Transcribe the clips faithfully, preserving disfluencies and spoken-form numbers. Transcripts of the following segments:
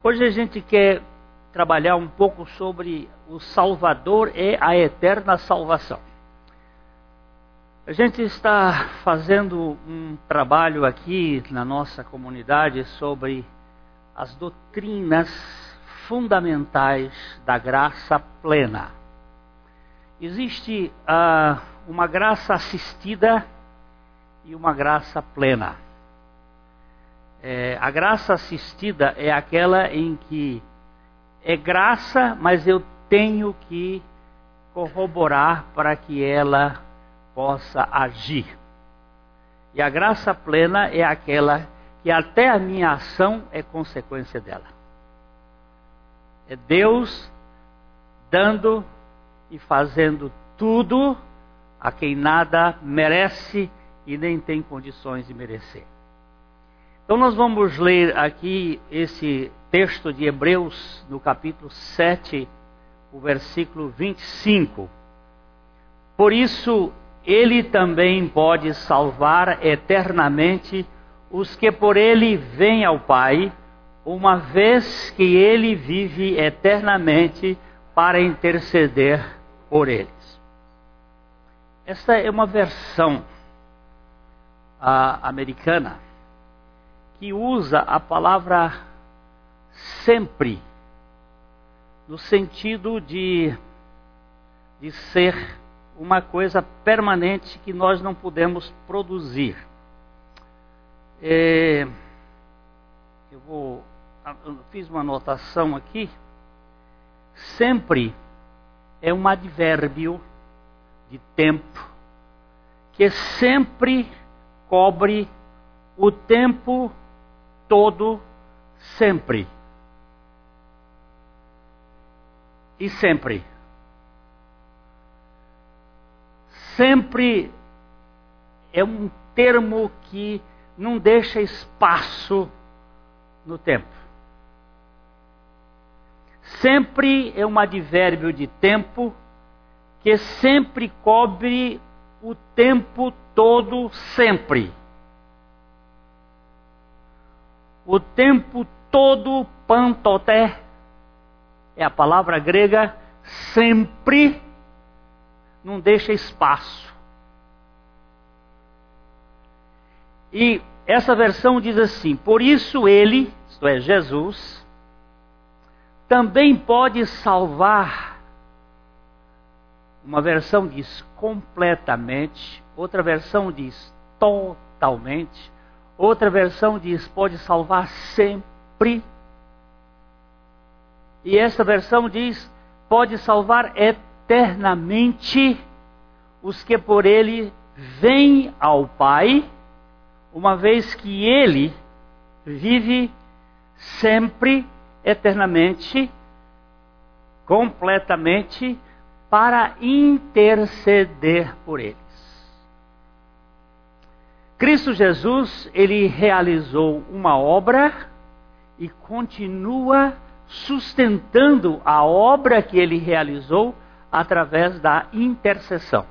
Hoje a gente quer trabalhar um pouco sobre o Salvador e a eterna salvação. A gente está fazendo um trabalho aqui na nossa comunidade sobre as doutrinas fundamentais da graça plena. Existe uh, uma graça assistida e uma graça plena. É, a graça assistida é aquela em que é graça, mas eu tenho que corroborar para que ela possa agir. E a graça plena é aquela que até a minha ação é consequência dela. É Deus dando e fazendo tudo a quem nada merece e nem tem condições de merecer. Então nós vamos ler aqui esse texto de Hebreus, no capítulo sete, o versículo vinte e cinco. Por isso, ele também pode salvar eternamente os que por ele vêm ao Pai, uma vez que ele vive eternamente para interceder por eles. Esta é uma versão uh, americana que usa a palavra sempre, no sentido de, de ser uma coisa permanente que nós não podemos produzir. É, eu, vou, eu fiz uma anotação aqui. Sempre é um advérbio de tempo que sempre cobre o tempo todo, sempre. E sempre. Sempre é um termo que não deixa espaço no tempo. Sempre é um advérbio de tempo que sempre cobre o tempo todo, sempre. O tempo todo, pantoté, é a palavra grega, sempre, não deixa espaço. E essa versão diz assim: por isso ele, isto é, Jesus, também pode salvar. Uma versão diz completamente, outra versão diz totalmente, outra versão diz pode salvar sempre. E essa versão diz pode salvar eternamente os que por ele vêm ao Pai, uma vez que ele vive sempre, eternamente, completamente, para interceder por eles. Cristo Jesus, ele realizou uma obra e continua sustentando a obra que ele realizou através da intercessão.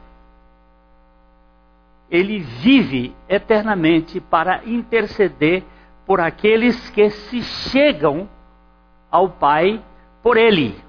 Ele vive eternamente para interceder por aqueles que se chegam ao Pai por ele.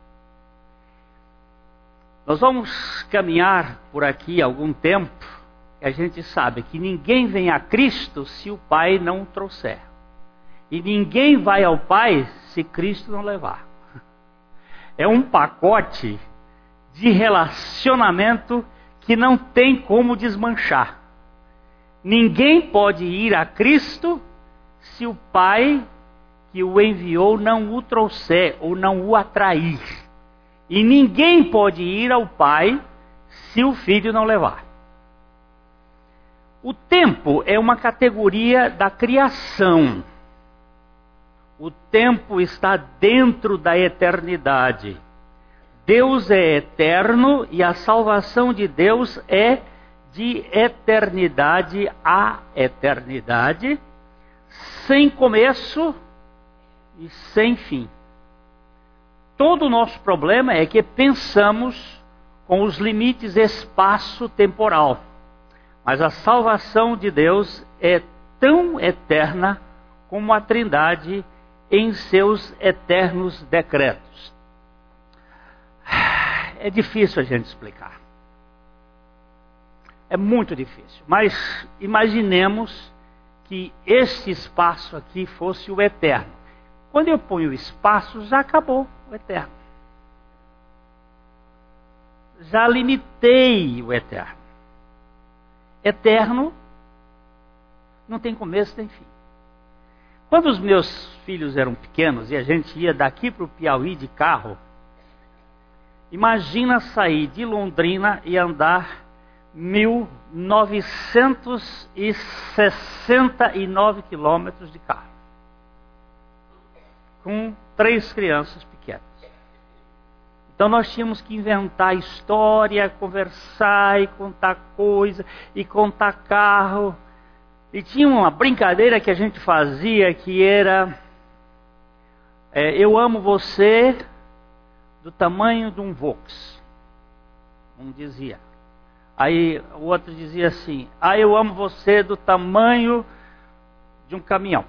Nós vamos caminhar por aqui algum tempo. A gente sabe que ninguém vem a Cristo se o Pai não o trouxer. E ninguém vai ao Pai se Cristo não levar. É um pacote de relacionamento que não tem como desmanchar. Ninguém pode ir a Cristo se o Pai que o enviou não o trouxer ou não o atrair. E ninguém pode ir ao Pai se o Filho não levar. O tempo é uma categoria da criação. O tempo está dentro da eternidade. Deus é eterno e a salvação de Deus é de eternidade a eternidade, sem começo e sem fim. Todo o nosso problema é que pensamos com os limites espaço-temporal. Mas a salvação de Deus é tão eterna como a Trindade em seus eternos decretos. É difícil a gente explicar. É muito difícil. Mas imaginemos que este espaço aqui fosse o eterno. Quando eu ponho o espaço, já acabou o eterno. Já limitei o eterno. Eterno não tem começo nem fim. Quando os meus filhos eram pequenos e a gente ia daqui para o Piauí de carro, imagina sair de Londrina e andar mil novecentos e sessenta e nove quilômetros de carro, com três crianças pequenas. Então nós tínhamos que inventar história, conversar e contar coisa, e contar carro. E tinha uma brincadeira que a gente fazia que era, é, eu amo você do tamanho de um Vox. Um dizia. Aí o outro dizia assim, ah, eu amo você do tamanho de um caminhão.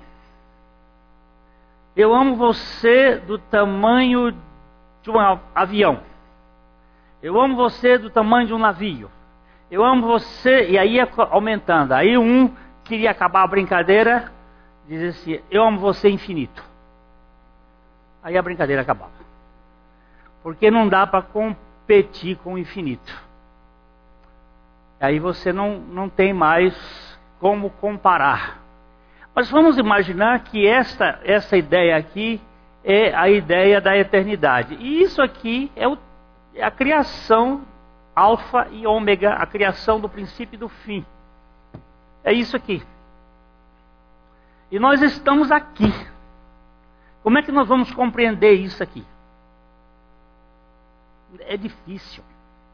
Eu amo você do tamanho de um avião. Eu amo você do tamanho de um navio. Eu amo você, e aí ia aumentando. Aí um queria acabar a brincadeira, dizia assim, eu amo você infinito. Aí a brincadeira acabava. Porque não dá para competir com o infinito. Aí você não, não tem mais como comparar. Mas vamos imaginar que esta, essa ideia aqui é a ideia da eternidade. E isso aqui é, o, é a criação alfa e ômega, a criação do princípio e do fim. É isso aqui. E nós estamos aqui. Como é que nós vamos compreender isso aqui? É difícil.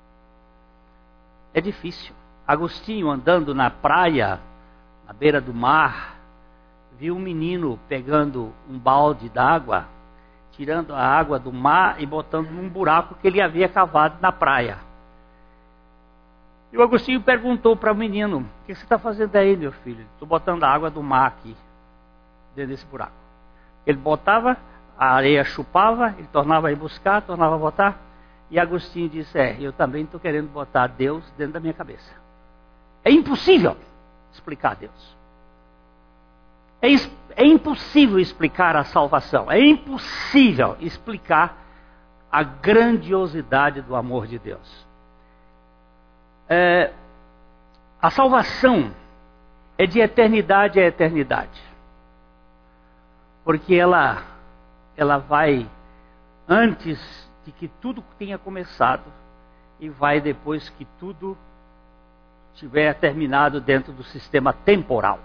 É difícil. Agostinho andando na praia, na beira do mar, viu um menino pegando um balde d'água, tirando a água do mar e botando num buraco que ele havia cavado na praia. E o Agostinho perguntou para o menino, o que você está fazendo aí, meu filho? Estou botando a água do mar aqui, dentro desse buraco. Ele botava, a areia chupava, ele tornava a ir buscar, tornava a botar. E Agostinho disse, é, eu também estou querendo botar Deus dentro da minha cabeça. É impossível explicar Deus. É, é impossível explicar a salvação. É impossível explicar a grandiosidade do amor de Deus. É, a salvação é de eternidade a eternidade. Porque ela, ela vai antes de que tudo tenha começado e vai depois que tudo tiver terminado dentro do sistema temporal.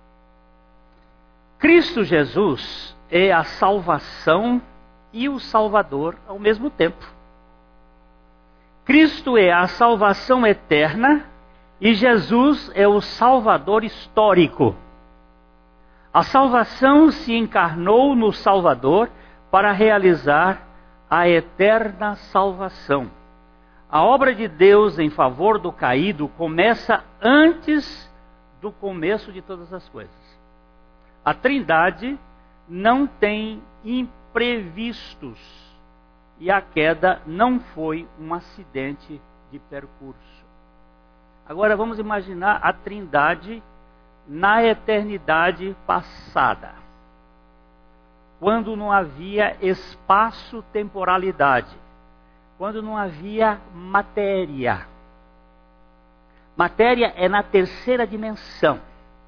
Cristo Jesus é a salvação e o Salvador ao mesmo tempo. Cristo é a salvação eterna e Jesus é o Salvador histórico. A salvação se encarnou no Salvador para realizar a eterna salvação. A obra de Deus em favor do caído começa antes do começo de todas as coisas. A Trindade não tem imprevistos e a queda não foi um acidente de percurso. Agora vamos imaginar a Trindade na eternidade passada, quando não havia espaço-temporalidade, quando não havia matéria. Matéria é na terceira dimensão.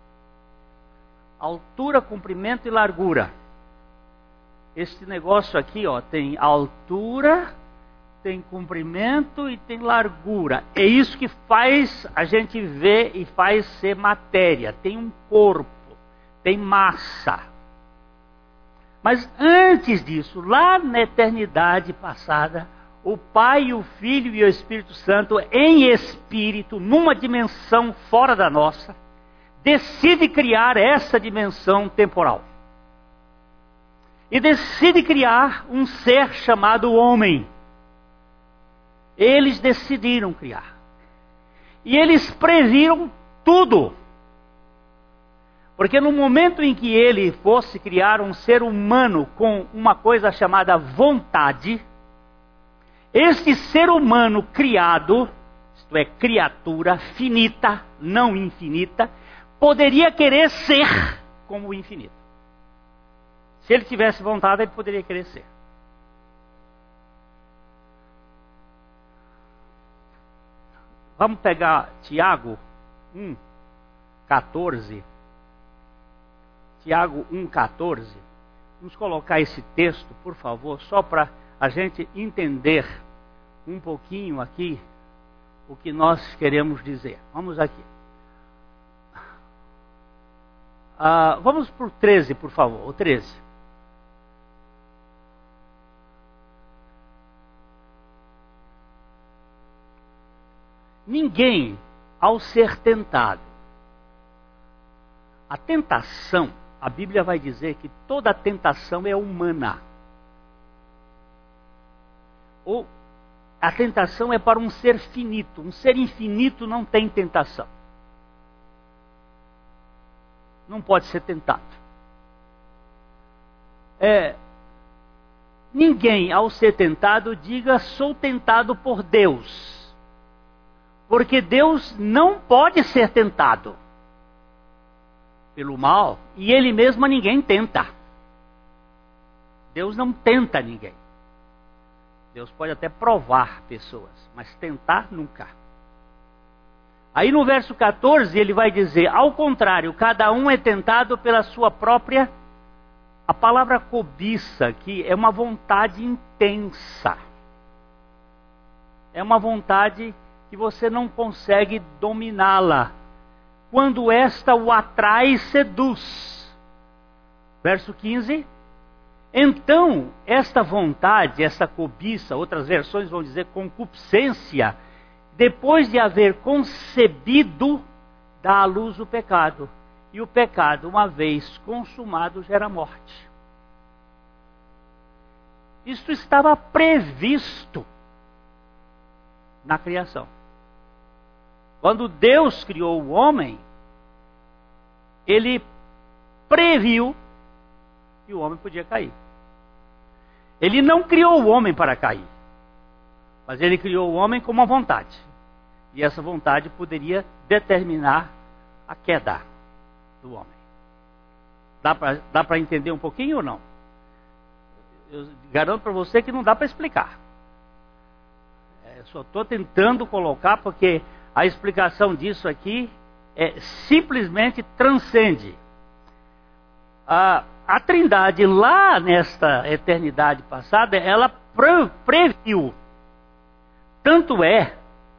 Altura, comprimento e largura. Este negócio aqui, ó, tem altura, tem comprimento e tem largura. É isso que faz a gente ver e faz ser matéria. Tem um corpo, tem massa. Mas antes disso, lá na eternidade passada, o Pai, o Filho e o Espírito Santo, em espírito, numa dimensão fora da nossa, decide criar essa dimensão temporal. E decide criar um ser chamado homem. Eles decidiram criar. E eles previram tudo. Porque no momento em que ele fosse criar um ser humano com uma coisa chamada vontade, este ser humano criado, isto é, criatura finita, não infinita, poderia querer ser como o infinito. Se ele tivesse vontade, ele poderia querer ser. Vamos pegar Tiago um, quatorze. Tiago um, quatorze. Vamos colocar esse texto, por favor, só para a gente entender um pouquinho aqui o que nós queremos dizer. Vamos aqui. Ah, vamos para o treze, por favor. O treze. Ninguém, ao ser tentado, a tentação, a Bíblia vai dizer que toda tentação é humana. Ou a tentação é para um ser finito. Um ser infinito não tem tentação. Não pode ser tentado. É, ninguém, ao ser tentado, diga, sou tentado por Deus. Porque Deus não pode ser tentado pelo mal, e Ele mesmo a ninguém tenta. Deus não tenta ninguém. Deus pode até provar pessoas, mas tentar nunca. Aí no verso quatorze ele vai dizer, ao contrário, cada um é tentado pela sua própria... A palavra cobiça aqui é uma vontade intensa. É uma vontade que você não consegue dominá-la. Quando esta o atrai e seduz. Verso quinze. Então, esta vontade, esta cobiça, outras versões vão dizer concupiscência, depois de haver concebido, dá à luz o pecado. E o pecado, uma vez consumado, gera morte. Isto estava previsto na criação. Quando Deus criou o homem, Ele previu que o homem podia cair. Ele não criou o homem para cair, mas Ele criou o homem com uma vontade. E essa vontade poderia determinar a queda do homem. Dá para dá para entender um pouquinho ou não? Eu garanto para você que não dá para explicar. Eu só estou tentando colocar porque a explicação disso aqui é simplesmente transcende. A, a Trindade lá nesta eternidade passada, ela pre, previu. Tanto é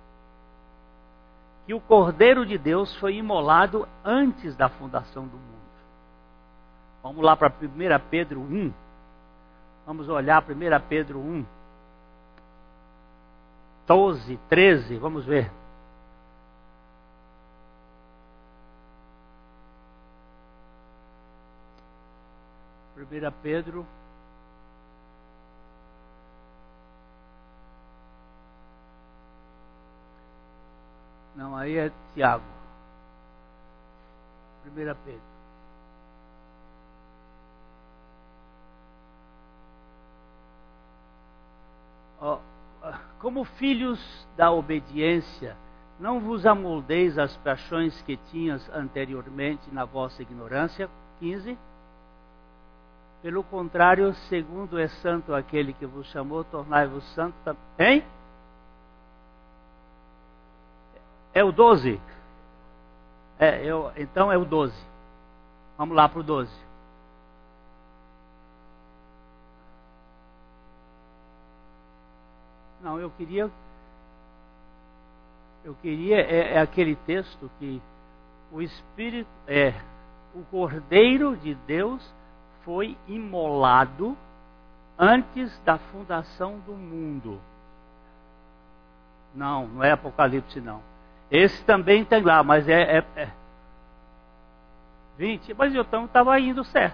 que o Cordeiro de Deus foi imolado antes da fundação do mundo. Vamos lá para primeira Pedro um. Vamos olhar primeira Pedro um. doze, treze, vamos ver. primeira Pedro Não, aí é Tiago. primeira Pedro. Oh, como filhos da obediência, não vos amoldeis às paixões que tinhas anteriormente na vossa ignorância. quinze. Pelo contrário, segundo é santo aquele que vos chamou, tornai-vos santo também. Hein? É o doze? É, eu, então é o doze. Vamos lá para o doze. Não, eu queria... Eu queria... É, é aquele texto que o Espírito... É, o Cordeiro de Deus foi imolado antes da fundação do mundo. Não, não é Apocalipse não. Esse também tem lá, mas é, é, é vinte. Mas eu estava indo certo.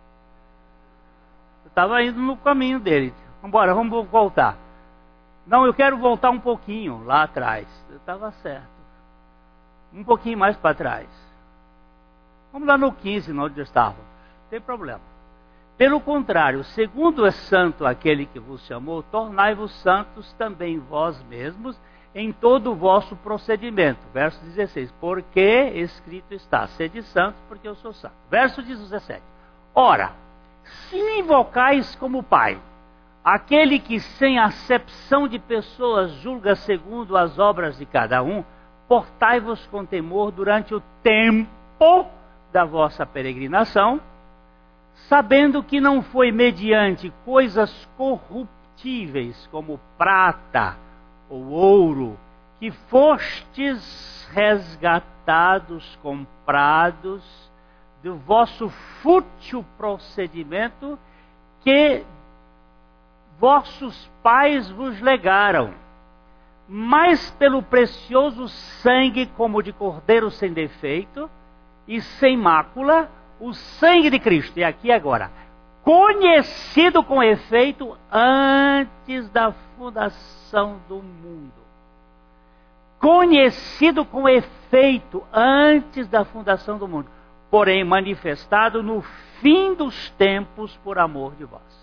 Eu estava indo no caminho dele. Vamos embora, vamos voltar. Não, eu quero voltar um pouquinho lá atrás. Eu estava certo. Um pouquinho mais para trás. Vamos lá no quinze, onde estávamos. Não tem problema. Pelo contrário, segundo é santo aquele que vos chamou, tornai-vos santos também vós mesmos em todo o vosso procedimento. Verso dezesseis. Porque escrito está, sede santos, porque eu sou santo. Verso dezessete. Ora, se invocais como Pai, aquele que sem acepção de pessoas julga segundo as obras de cada um, portai-vos com temor durante o tempo da vossa peregrinação, sabendo que não foi mediante coisas corruptíveis como prata ou ouro que fostes resgatados, comprados do vosso fútil procedimento que vossos pais vos legaram, mas pelo precioso sangue como de cordeiro sem defeito e sem mácula, o sangue de Cristo. E aqui agora, conhecido com efeito antes da fundação do mundo. Conhecido com efeito antes da fundação do mundo, porém manifestado no fim dos tempos por amor de vós.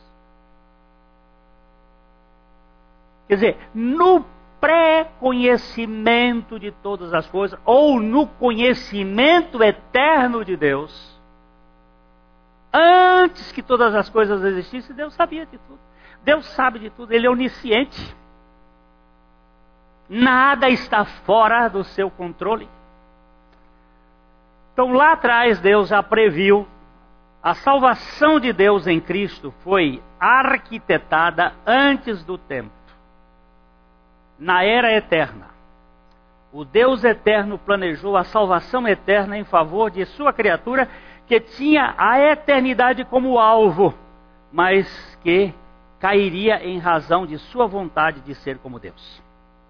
Quer dizer, no pré-conhecimento de todas as coisas, ou no conhecimento eterno de Deus, antes que todas as coisas existissem, Deus sabia de tudo. Deus sabe de tudo, Ele é onisciente. Nada está fora do seu controle. Então lá atrás Deus já previu, a salvação de Deus em Cristo foi arquitetada antes do tempo. Na era eterna, o Deus eterno planejou a salvação eterna em favor de sua criatura, que tinha a eternidade como alvo, mas que cairia em razão de sua vontade de ser como Deus.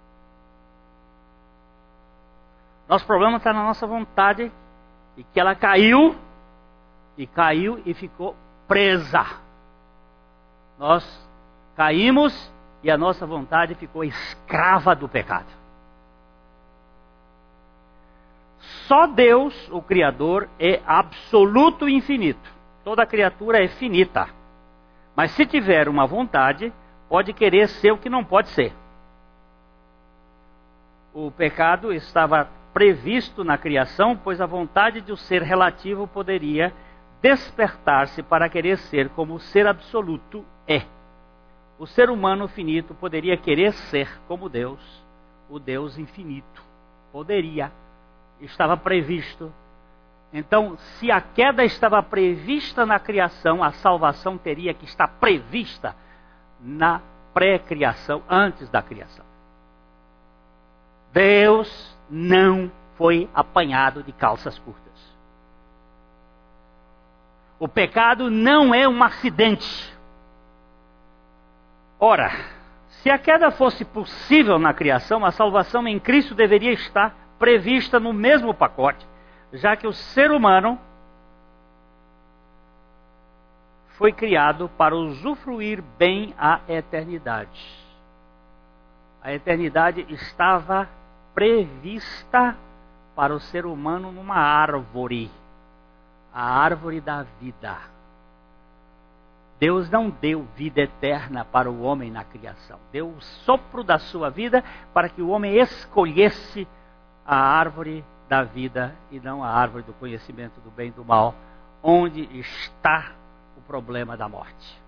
Nosso problema está na nossa vontade, e que ela caiu, e caiu e ficou presa. Nós caímos e a nossa vontade ficou escrava do pecado. Só Deus, o Criador, é absoluto e infinito. Toda criatura é finita. Mas se tiver uma vontade, pode querer ser o que não pode ser. O pecado estava previsto na criação, pois a vontade de o ser relativo poderia despertar-se para querer ser como o ser absoluto é. O ser humano finito poderia querer ser como Deus, o Deus infinito. Poderia. Estava previsto. Então, se a queda estava prevista na criação, a salvação teria que estar prevista na pré-criação, antes da criação. Deus não foi apanhado de calças curtas. O pecado não é um acidente. Ora, se a queda fosse possível na criação, a salvação em Cristo deveria estar prevista no mesmo pacote, já que o ser humano foi criado para usufruir bem a eternidade. A eternidade estava prevista para o ser humano numa árvore, a árvore da vida. Deus não deu vida eterna para o homem na criação. Deu o sopro da sua vida para que o homem escolhesse a árvore da vida e não a árvore do conhecimento do bem e do mal, onde está o problema da morte.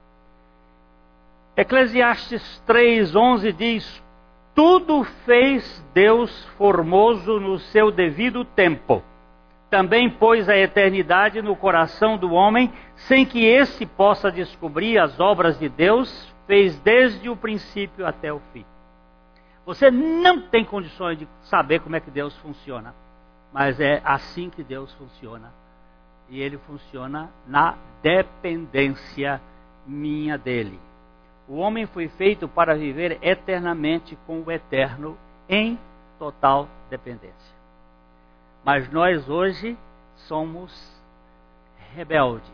Eclesiastes três, onze diz: tudo fez Deus formoso no seu devido tempo. Também pôs a eternidade no coração do homem, sem que esse possa descobrir as obras de Deus, fez desde o princípio até o fim. Você não tem condições de saber como é que Deus funciona, mas é assim que Deus funciona. E Ele funciona na dependência minha dEle. O homem foi feito para viver eternamente com o eterno, em total dependência. Mas nós hoje somos rebeldes.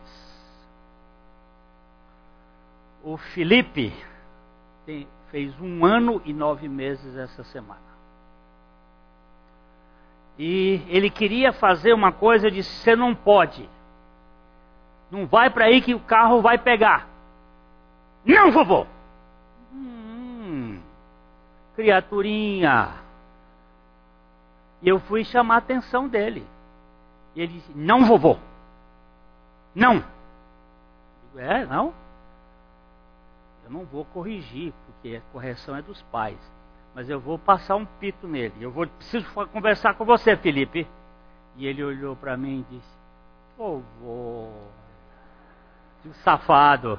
O Felipe tem, fez um ano e nove meses essa semana. E ele queria fazer uma coisa, eu disse, você não pode. Não vai para aí que o carro vai pegar. Não, vovô. Hum, criaturinha. E eu fui chamar a atenção dele. E ele disse, não, vovô. Não. Eu digo, é, não? Eu não vou corrigir, porque a correção é dos pais. Mas eu vou passar um pito nele. Eu vou, preciso conversar com você, Felipe. E ele olhou para mim e disse, vovô, que safado.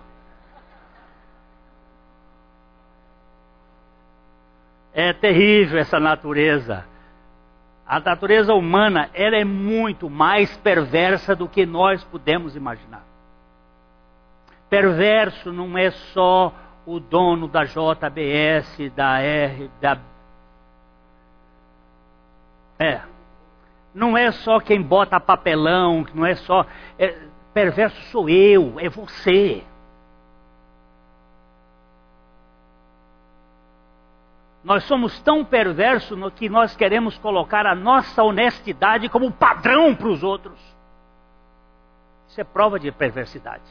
É terrível essa natureza. A natureza humana, ela é muito mais perversa do que nós podemos imaginar. Perverso não é só o dono da J B S, da R, da... É. Não é só quem bota papelão, não é só... É... Perverso sou eu, é você. Nós somos tão perversos no que nós queremos colocar a nossa honestidade como padrão para os outros. Isso é prova de perversidade.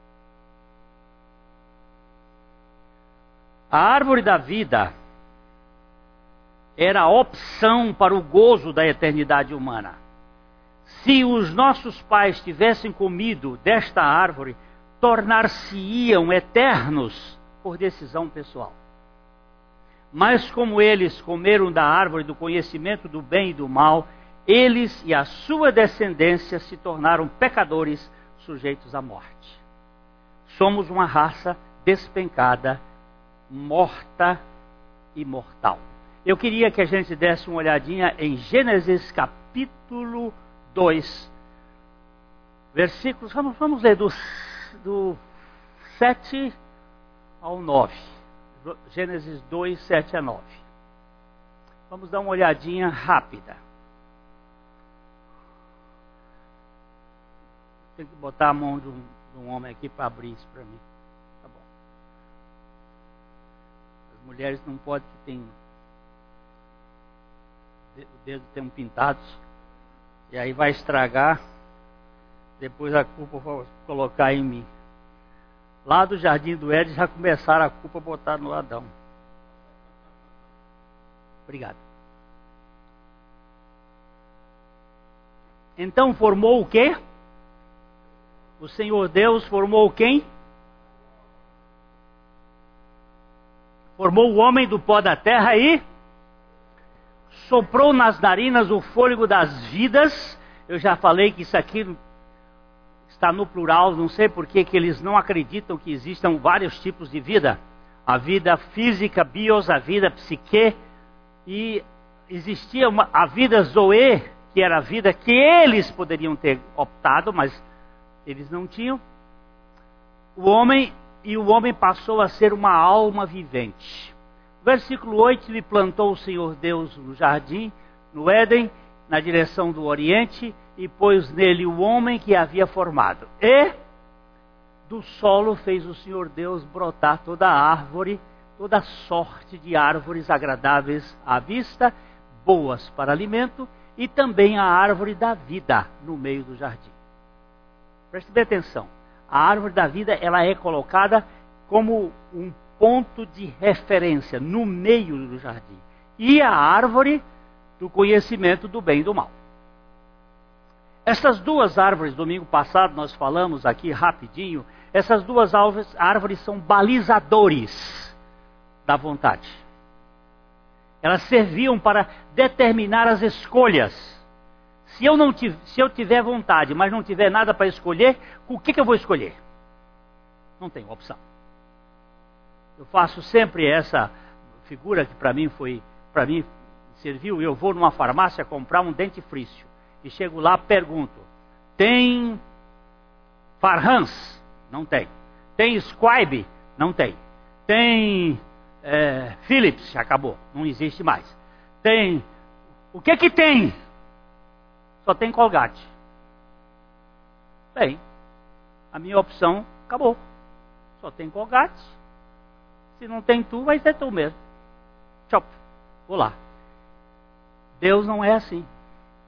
A árvore da vida era a opção para o gozo da eternidade humana. Se os nossos pais tivessem comido desta árvore, tornar-se-iam eternos por decisão pessoal. Mas como eles comeram da árvore do conhecimento do bem e do mal, eles e a sua descendência se tornaram pecadores sujeitos à morte. Somos uma raça despencada, morta e mortal. Eu queria que a gente desse uma olhadinha em Gênesis capítulo dois, versículos, vamos, vamos ler do, do sete ao nove. Gênesis dois, sete a nove. Vamos dar uma olhadinha rápida. Tem que botar a mão de um, de um homem aqui para abrir isso para mim. Tá bom. As mulheres não podem que tem o dedo tem pintados. E aí vai estragar. Depois a culpa vou colocar em mim. Lá do Jardim do Éden já começaram a culpa a botar no Adão. Obrigado. Então formou o quê? O Senhor Deus formou quem? Formou o homem do pó da terra e soprou nas narinas o fôlego das vidas. Eu já falei que isso aqui está no plural, não sei por que eles não acreditam que existam vários tipos de vida. A vida física, bios, a vida psique, e existia uma, a vida zoe, que era a vida que eles poderiam ter optado, mas eles não tinham. O homem, e o homem passou a ser uma alma vivente. Versículo oito, ele plantou o Senhor Deus no jardim, no Éden, na direção do Oriente, e pôs nele o homem que havia formado. E do solo fez o Senhor Deus brotar toda a árvore, toda sorte de árvores agradáveis à vista, boas para alimento, e também a árvore da vida no meio do jardim. Preste bem atenção. A árvore da vida, ela é colocada como um ponto de referência no meio do jardim. E a árvore do conhecimento do bem e do mal. Essas duas árvores, domingo passado nós falamos aqui rapidinho, essas duas árvores, árvores são balizadores da vontade. Elas serviam para determinar as escolhas. Se eu, não tiv- se eu tiver vontade, mas não tiver nada para escolher, o que, que eu vou escolher? Não tenho opção. Eu faço sempre essa figura que para mim foi, para mim serviu. Eu vou numa farmácia comprar um dentifrício e chego lá, pergunto: tem Farhans? Não tem. Tem Squibe? Não tem. Tem é, Philips? Já acabou, não existe mais. Tem, o que que tem? Só tem Colgate. Bem, a minha opção acabou. Só tem Colgate. Se não tem tu, vai ser tu mesmo. Tchau. Vou lá. Deus não é assim.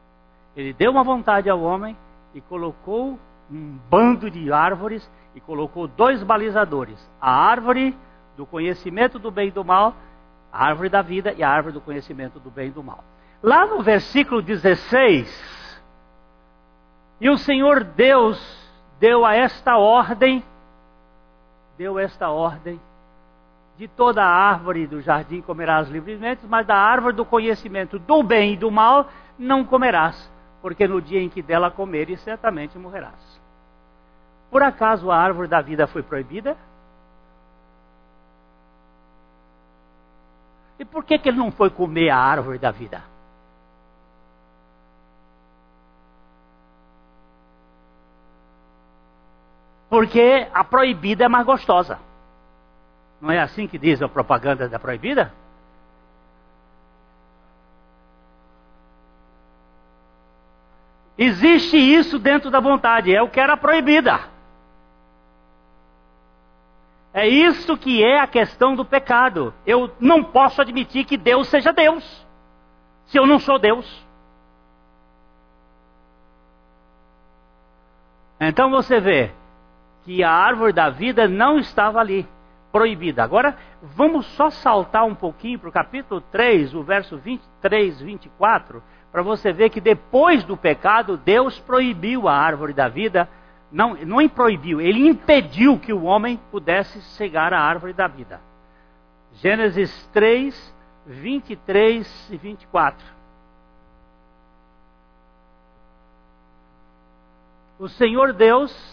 Ele deu uma vontade ao homem e colocou um bando de árvores e colocou dois balizadores. A árvore do conhecimento do bem e do mal, a árvore da vida e a árvore do conhecimento do bem e do mal. Lá no versículo dezesseis, e o Senhor Deus deu a esta ordem, deu esta ordem, de toda a árvore do jardim comerás livremente, mas da árvore do conhecimento do bem e do mal não comerás, porque no dia em que dela comeres, certamente morrerás. Por acaso a árvore da vida foi proibida? E por que, que ele não foi comer a árvore da vida? Porque a proibida é mais gostosa. Não é assim que diz a propaganda da proibida? Existe isso dentro da vontade. Eu quero a proibida. É isso que é a questão do pecado. Eu não posso admitir que Deus seja Deus, se eu não sou Deus. Então você vê que a árvore da vida não estava ali, proibida. Agora, vamos só saltar um pouquinho para o capítulo três, o verso vinte e três, vinte e quatro, para você ver que depois do pecado, Deus proibiu a árvore da vida. Não, não proibiu, ele impediu que o homem pudesse cegar a árvore da vida. Gênesis três, vinte e três e vinte e quatro. O Senhor Deus,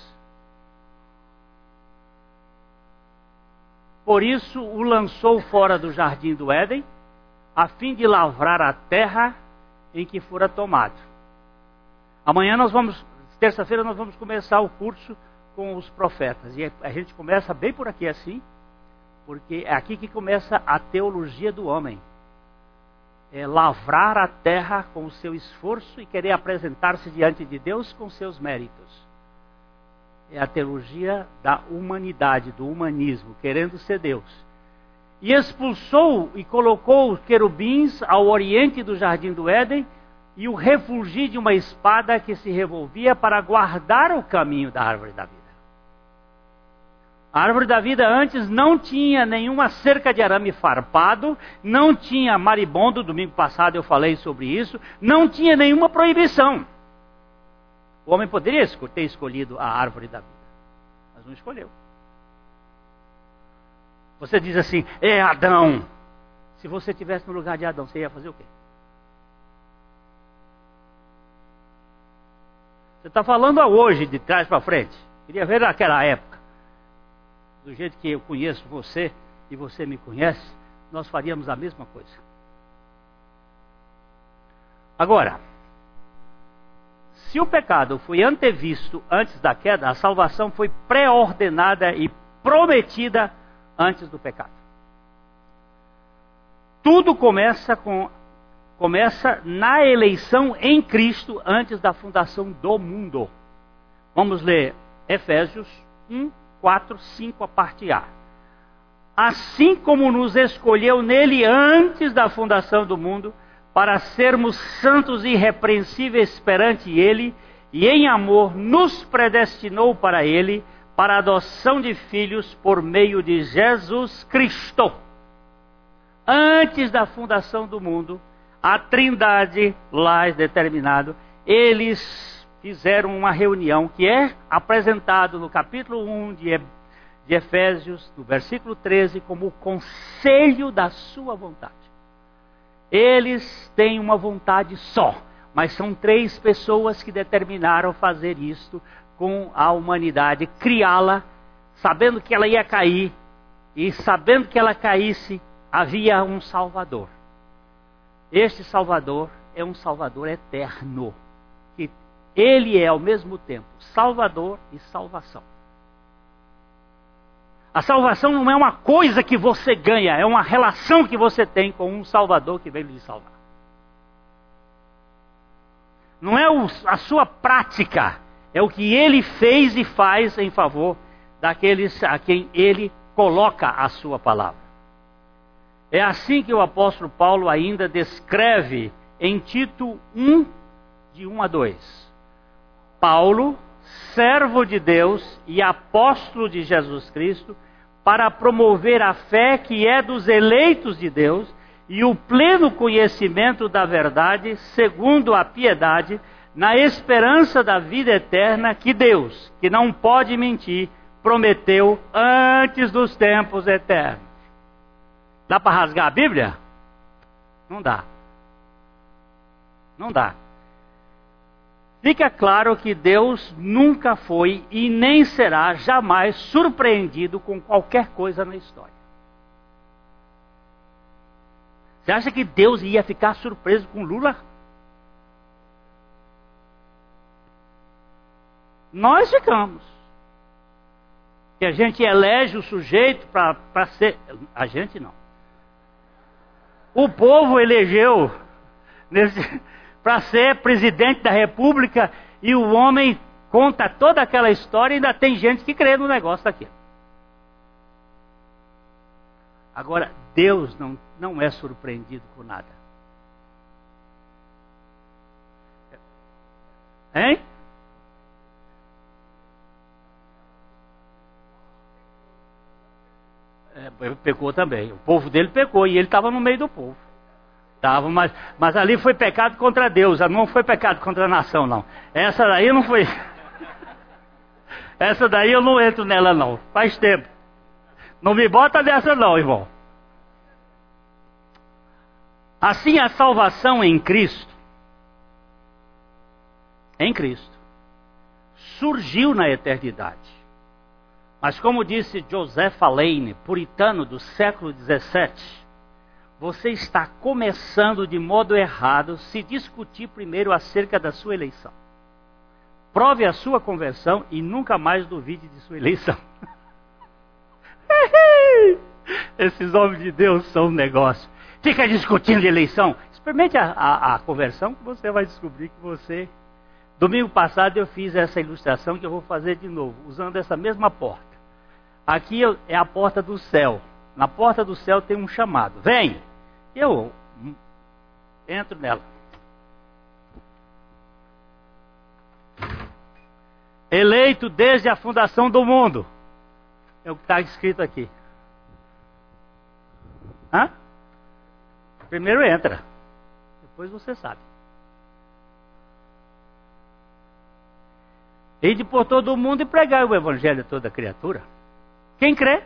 por isso, o lançou fora do jardim do Éden, a fim de lavrar a terra em que fora tomado. Amanhã nós vamos, terça-feira nós vamos começar o curso com os profetas. E a gente começa bem por aqui assim, porque é aqui que começa a teologia do homem. É lavrar a terra com o seu esforço e querer apresentar-se diante de Deus com seus méritos. É a teologia da humanidade, do humanismo, querendo ser Deus. E expulsou e colocou os querubins ao oriente do jardim do Éden e o refulgi de uma espada que se revolvia para guardar o caminho da árvore da vida. A árvore da vida antes não tinha nenhuma cerca de arame farpado, não tinha maribondo, domingo passado eu falei sobre isso, não tinha nenhuma proibição. O homem poderia ter escolhido a árvore da vida, mas não escolheu. Você diz assim, é Adão. Se você estivesse no lugar de Adão, você ia fazer o quê? Você está falando a hoje, de trás para frente. Queria ver naquela época. Do jeito que eu conheço você e você me conhece, nós faríamos a mesma coisa. Agora, se o pecado foi antevisto antes da queda, a salvação foi pré-ordenada e prometida antes do pecado. Tudo começa com começa na eleição em Cristo antes da fundação do mundo. Vamos ler Efésios um, quatro, cinco, a parte A. Assim como nos escolheu nele antes da fundação do mundo, para sermos santos e irrepreensíveis perante ele, e em amor nos predestinou para ele, para a adoção de filhos por meio de Jesus Cristo. Antes da fundação do mundo, a Trindade lá é determinado, eles fizeram uma reunião que é apresentado no capítulo um de Efésios, no versículo treze, como o conselho da sua vontade. Eles têm uma vontade só, mas são três pessoas que determinaram fazer isto com a humanidade, criá-la, sabendo que ela ia cair, e sabendo que ela caísse, havia um Salvador. Este Salvador é um Salvador eterno, que ele é ao mesmo tempo Salvador e salvação. A salvação não é uma coisa que você ganha, é uma relação que você tem com um Salvador que veio lhe salvar. Não é o, a sua prática, é o que ele fez e faz em favor daqueles a quem ele coloca a sua palavra. É assim que o apóstolo Paulo ainda descreve em Tito um, de um a dois. Paulo, servo de Deus e apóstolo de Jesus Cristo, para promover a fé que é dos eleitos de Deus e o pleno conhecimento da verdade, segundo a piedade, na esperança da vida eterna que Deus, que não pode mentir, prometeu antes dos tempos eternos. Dá para rasgar a Bíblia? Não dá. Não dá. Fica claro que Deus nunca foi e nem será jamais surpreendido com qualquer coisa na história. Você acha que Deus ia ficar surpreso com Lula? Nós ficamos. Que a gente elege o sujeito para ser... A gente não. O povo elegeu para ser presidente da república e o homem conta toda aquela história e ainda tem gente que crê no negócio daquilo. Agora, Deus não, não é surpreendido com nada. Hein? É, pecou também. O povo dele pecou e ele estava no meio do povo. Tava, mas, mas ali foi pecado contra Deus, não foi pecado contra a nação, não. Essa daí não foi. Essa daí eu não entro nela, não. Faz tempo. Não me bota dessa, não, irmão. Assim, a salvação em Cristo, em Cristo, surgiu na eternidade. Mas como disse Joseph Alleine, puritano do século dezessete, você está começando de modo errado se discutir primeiro acerca da sua eleição. Prove a sua conversão e nunca mais duvide de sua eleição. Esses homens de Deus são um negócio. Fica discutindo de eleição. Experimente a, a, a conversão que você vai descobrir que você... Domingo passado eu fiz essa ilustração que eu vou fazer de novo, usando essa mesma porta. Aqui é a porta do céu. Na porta do céu tem um chamado. Vem! Eu entro nela. Eleito desde a fundação do mundo. É o que está escrito aqui. Hã? Primeiro entra. Depois você sabe. Ide por todo o mundo e pregai o evangelho a toda criatura. Quem crê?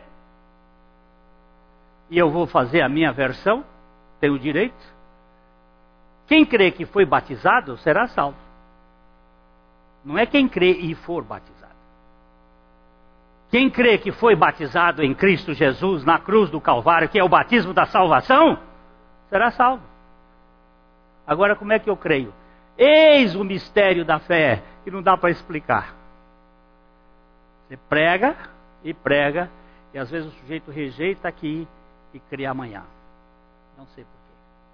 E eu vou fazer a minha versão, tenho o direito. Quem crê que foi batizado, será salvo. Não é quem crê e for batizado. Quem crê que foi batizado em Cristo Jesus, na cruz do Calvário, que é o batismo da salvação, será salvo. Agora, como é que eu creio? Eis o mistério da fé, que não dá para explicar. Você prega e prega, e às vezes o sujeito rejeita aqui e crê amanhã. Não sei porquê.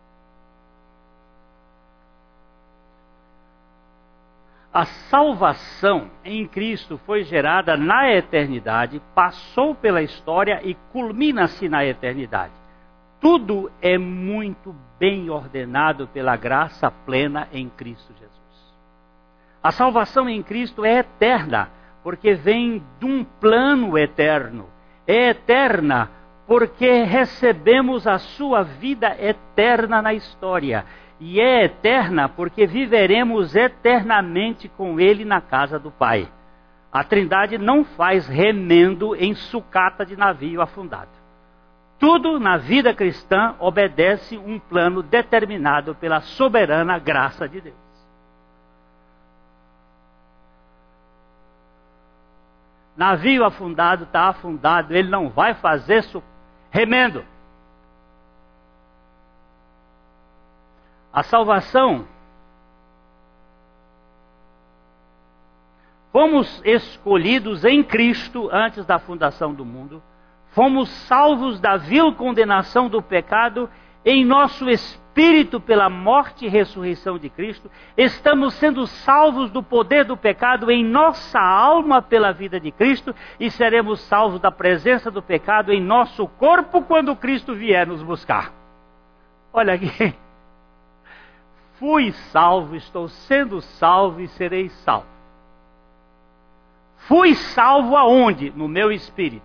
A salvação em Cristo foi gerada na eternidade, passou pela história e culmina-se na eternidade. Tudo é muito bem ordenado pela graça plena em Cristo Jesus. A salvação em Cristo é eterna, porque vem de um plano eterno. É eterna porque recebemos a sua vida eterna na história. E é eterna porque viveremos eternamente com Ele na casa do Pai. A Trindade não faz remendo em sucata de navio afundado. Tudo na vida cristã obedece um plano determinado pela soberana graça de Deus. Navio afundado está afundado, ele não vai fazer su- remendo. A salvação, fomos escolhidos em Cristo antes da fundação do mundo. Fomos salvos da vil condenação do pecado em nosso espírito pela morte e ressurreição de Cristo. Estamos sendo salvos do poder do pecado em nossa alma pela vida de Cristo e seremos salvos da presença do pecado em nosso corpo quando Cristo vier nos buscar. Olha aqui. Fui salvo, estou sendo salvo e serei salvo. Fui salvo aonde? No meu espírito.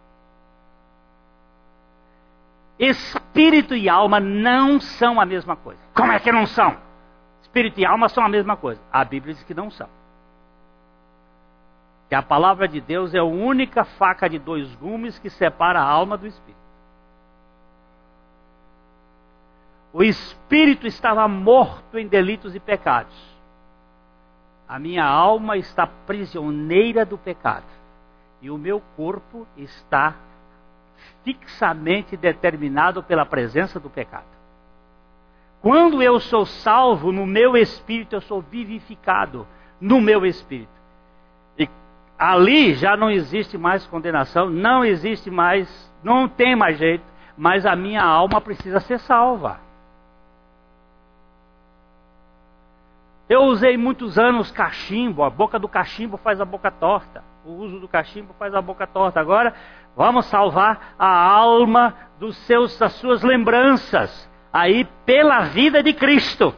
Espírito e alma não são a mesma coisa. Como é que não são? Espírito e alma são a mesma coisa. A Bíblia diz que não são. Que a palavra de Deus é a única faca de dois gumes que separa a alma do espírito. O espírito estava morto em delitos e pecados. A minha alma está prisioneira do pecado. E o meu corpo está fixamente determinado pela presença do pecado. Quando eu sou salvo no meu espírito, eu sou vivificado no meu espírito. E ali já não existe mais condenação, não existe mais, não tem mais jeito, mas a minha alma precisa ser salva. Eu usei muitos anos cachimbo, a boca do cachimbo faz a boca torta. O uso do cachimbo faz a boca torta. Agora, vamos salvar a alma dos seus, das suas lembranças, aí pela vida de Cristo.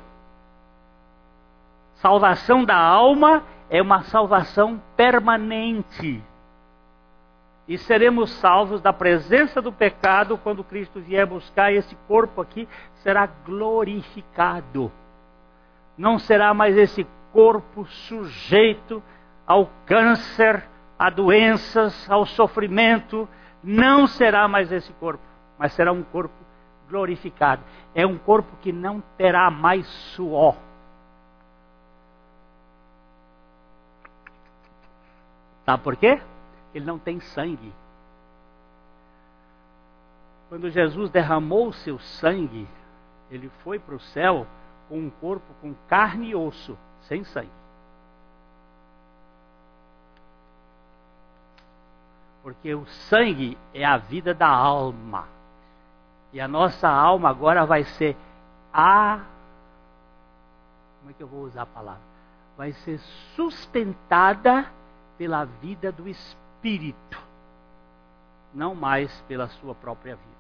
Salvação da alma é uma salvação permanente. E seremos salvos da presença do pecado quando Cristo vier buscar, e esse corpo aqui será glorificado. Não será mais esse corpo sujeito ao câncer, a doenças, ao sofrimento. Não será mais esse corpo, mas será um corpo glorificado. É um corpo que não terá mais suor. Sabe por quê? Ele não tem sangue. Quando Jesus derramou o seu sangue, ele foi para o céu com um corpo com carne e osso, sem sangue. Porque o sangue é a vida da alma. E a nossa alma agora vai ser a... Como é que eu vou usar a palavra? Vai ser sustentada pela vida do Espírito, não mais pela sua própria vida.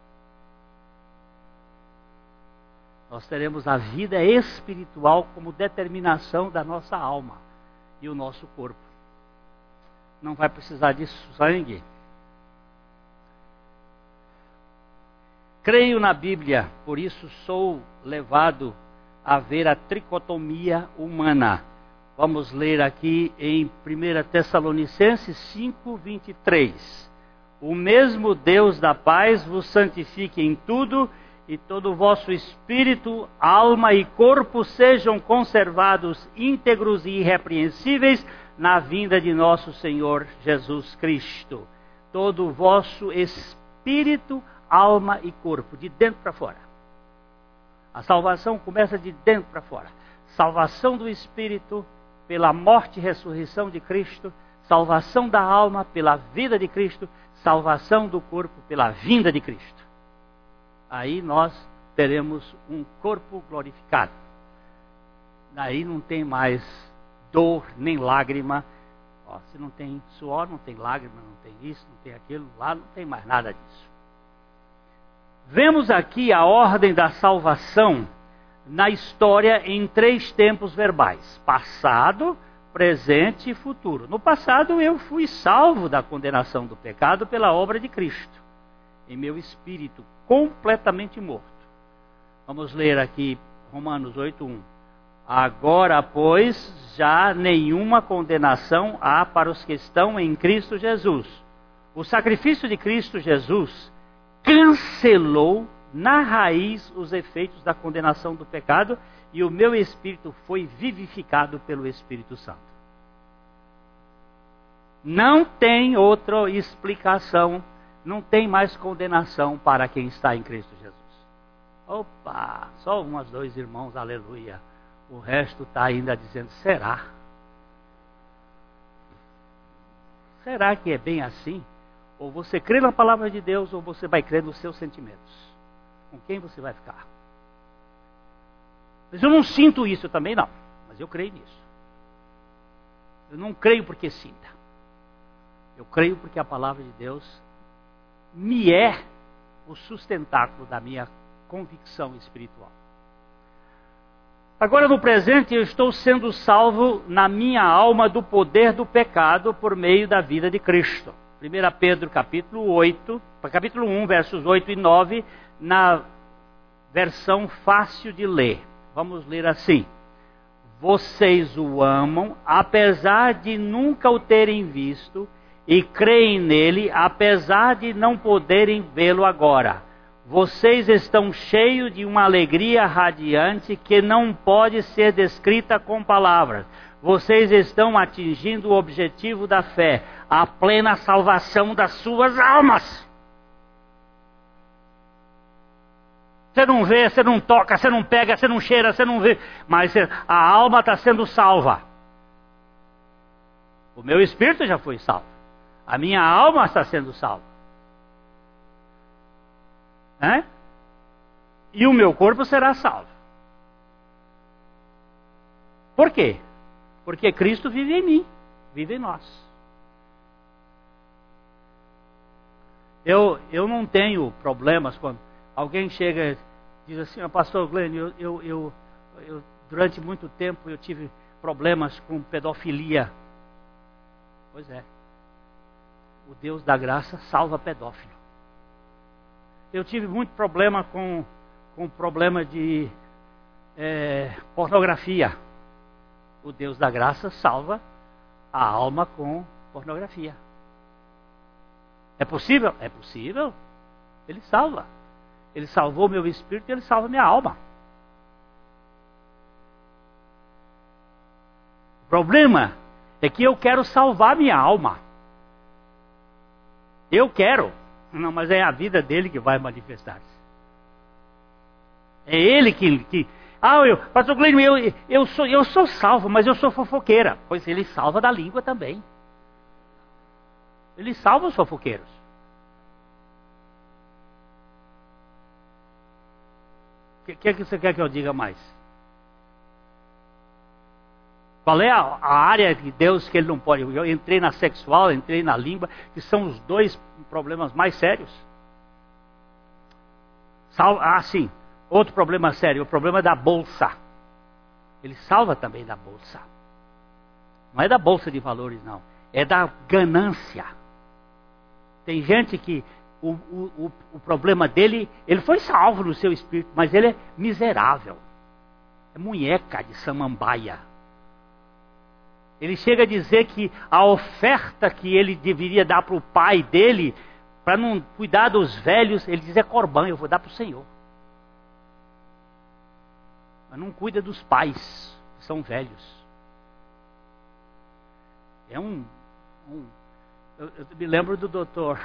Nós teremos a vida espiritual como determinação da nossa alma e o nosso corpo. Não vai precisar de sangue. Creio na Bíblia, por isso sou levado a ver a tricotomia humana. Vamos ler aqui em primeira Tessalonicenses cinco, vinte e três. O mesmo Deus da paz vos santifique em tudo, e todo o vosso espírito, alma e corpo sejam conservados íntegros e irrepreensíveis na vinda de nosso Senhor Jesus Cristo. Todo o vosso espírito, alma e corpo, de dentro para fora. A salvação começa de dentro para fora. Salvação do espírito pela morte e ressurreição de Cristo, salvação da alma pela vida de Cristo, salvação do corpo pela vinda de Cristo. Aí nós teremos um corpo glorificado. Aí não tem mais dor nem lágrima. Ó, se não tem suor, não tem lágrima, não tem isso, não tem aquilo, lá não tem mais nada disso. Vemos aqui a ordem da salvação na história em três tempos verbais: passado, presente e futuro. No passado eu fui salvo da condenação do pecado pela obra de Cristo, em meu espírito completamente morto. Vamos ler aqui Romanos oito, um. Agora, pois, já nenhuma condenação há para os que estão em Cristo Jesus. O sacrifício de Cristo Jesus cancelou na raiz os efeitos da condenação do pecado, e o meu espírito foi vivificado pelo Espírito Santo. Não tem outra explicação, não tem mais condenação para quem está em Cristo Jesus. Opa, só umas dois irmãos, aleluia. O resto está ainda dizendo, será? Será que é bem assim? Ou você crê na palavra de Deus, ou você vai crer nos seus sentimentos. Com quem você vai ficar? Mas eu não sinto isso também, não. Mas eu creio nisso. Eu não creio porque sinta. Eu creio porque a palavra de Deus me é o sustentáculo da minha convicção espiritual. Agora no presente eu estou sendo salvo na minha alma do poder do pecado por meio da vida de Cristo. primeira Pedro capítulo oito, capítulo um, versos oito e nove, na versão fácil de ler. Vamos ler assim: vocês o amam, apesar de nunca o terem visto, e creem nele, apesar de não poderem vê-lo agora. Vocês estão cheios de uma alegria radiante que não pode ser descrita com palavras. Vocês estão atingindo o objetivo da fé, a plena salvação das suas almas. Você não vê, você não toca, você não pega, você não cheira, você não vê, mas a alma está sendo salva. O meu espírito já foi salvo. A minha alma está sendo salva. É? E o meu corpo será salvo. Por quê? Porque Cristo vive em mim, vive em nós. Eu, eu não tenho problemas quando alguém chega e diz assim: oh, pastor Glenn, eu, eu, eu, eu, durante muito tempo eu tive problemas com pedofilia. Pois é. O Deus da graça salva pedófilo. Eu tive muito problema com, com problema de é, pornografia. O Deus da graça salva a alma com pornografia. É possível? É possível. Ele salva. Ele salvou meu espírito e ele salva minha alma. O problema é que eu quero salvar minha alma. Eu quero. Não, mas é a vida dele que vai manifestar-se. É ele que... que ah, eu, pastor Glenn, eu, eu, sou, eu sou salvo, mas eu sou fofoqueira. Pois ele salva da língua também. Ele salva os fofoqueiros. O que, que, que você quer que eu diga mais? Qual é a, a área de Deus que ele não pode? Eu entrei na sexual, entrei na língua, que são os dois problemas mais sérios. Sal, ah, sim. Outro problema sério, o problema da bolsa. Ele salva também da bolsa. Não é da bolsa de valores, não. É da ganância. Tem gente que o, o, o problema dele, ele foi salvo no seu espírito, mas ele é miserável. É munheca de samambaia. Ele chega a dizer que a oferta que ele deveria dar para o pai dele, para não cuidar dos velhos, ele diz: é corbã, eu vou dar para o Senhor. Mas não cuida dos pais, que são velhos. É um... um eu, eu me lembro do doutor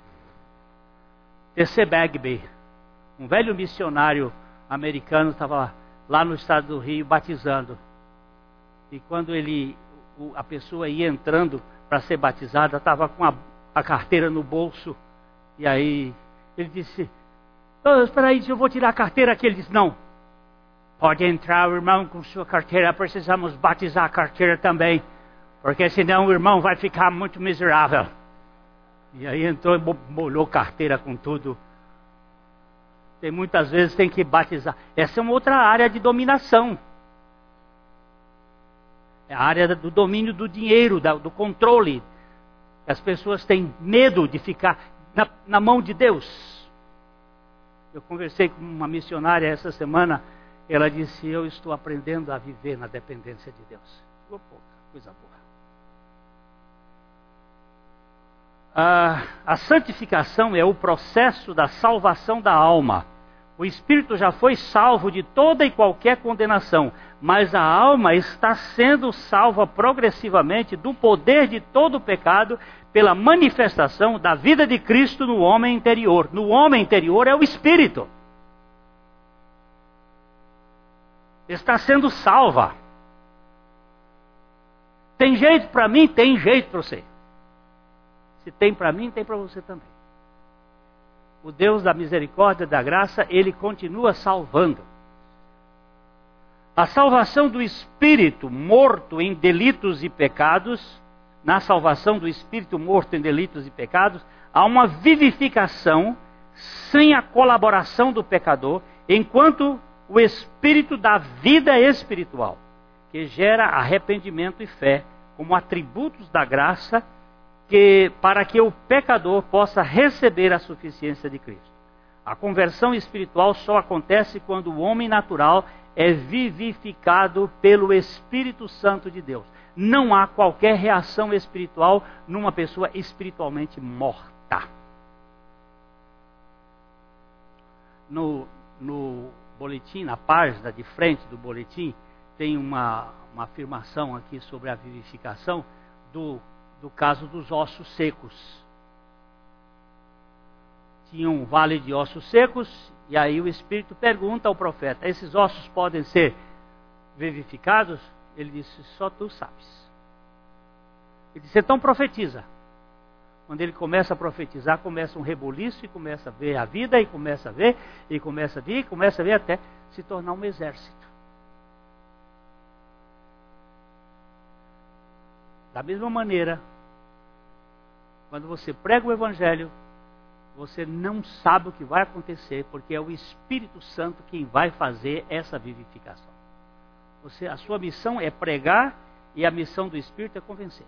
T C Bagby, um velho missionário americano, estava lá no estado do Rio batizando. E quando ele, a pessoa ia entrando para ser batizada, estava com a, a carteira no bolso. E aí ele disse: oh, espera aí, eu vou tirar a carteira aqui. Ele disse: não, pode entrar o irmão com sua carteira, precisamos batizar a carteira também, porque senão o irmão vai ficar muito miserável. E aí entrou e molhou carteira com tudo. Tem muitas vezes tem que batizar. Essa é uma outra área de dominação. É a área do domínio do dinheiro, do controle. As pessoas têm medo de ficar na, na mão de Deus. Eu conversei com uma missionária essa semana. Ela disse: eu estou aprendendo a viver na dependência de Deus. Ficou pouca, coisa boa. Ah, a santificação é o processo da salvação da alma. O espírito já foi salvo de toda e qualquer condenação, mas a alma está sendo salva progressivamente do poder de todo o pecado pela manifestação da vida de Cristo no homem interior. No homem interior é o espírito. Está sendo salva. Tem jeito para mim? Tem jeito para você. Se tem para mim, tem para você também. O Deus da misericórdia e da graça, Ele continua salvando. A salvação do espírito morto em delitos e pecados, na salvação do espírito morto em delitos e pecados, há uma vivificação sem a colaboração do pecador, enquanto o Espírito da vida espiritual, que gera arrependimento e fé como atributos da graça, que, para que o pecador possa receber a suficiência de Cristo. A conversão espiritual só acontece quando o homem natural é vivificado pelo Espírito Santo de Deus. Não há qualquer reação espiritual numa pessoa espiritualmente morta. No, no boletim, na página de frente do boletim, tem uma, uma afirmação aqui sobre a vivificação do, do caso dos ossos secos. Tinha um vale de ossos secos, e aí o Espírito pergunta ao profeta: esses ossos podem ser vivificados? Ele disse: só tu sabes. Ele disse: então profetiza. Quando ele começa a profetizar, começa um rebuliço, e começa a ver a vida, e começa a ver, e começa a ver, e começa a ver, até se tornar um exército. Da mesma maneira, quando você prega o Evangelho, você não sabe o que vai acontecer, porque é o Espírito Santo quem vai fazer essa vivificação. Você, a sua missão é pregar, e a missão do Espírito é convencer.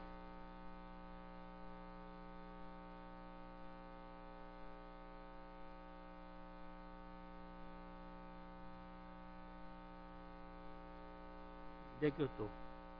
Onde é que eu estou?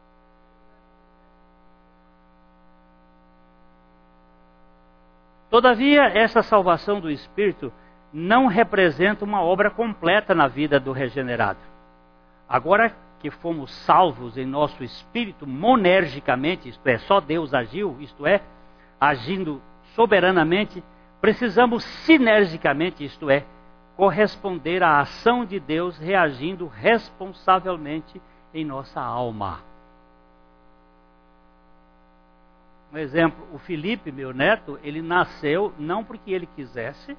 Todavia, essa salvação do Espírito não representa uma obra completa na vida do regenerado. Agora que fomos salvos em nosso espírito monergicamente, isto é, só Deus agiu, isto é, agindo soberanamente, precisamos sinergicamente, isto é, corresponder à ação de Deus reagindo responsavelmente em nossa alma. Um exemplo, o Felipe, meu neto, ele nasceu não porque ele quisesse.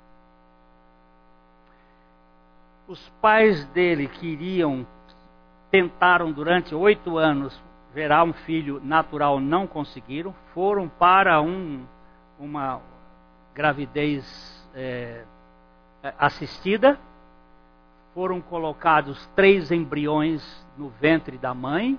Os pais dele queriam, tentaram durante oito anos gerar um filho natural, não conseguiram. Foram para um, uma gravidez é, assistida. Foram colocados três embriões no ventre da mãe.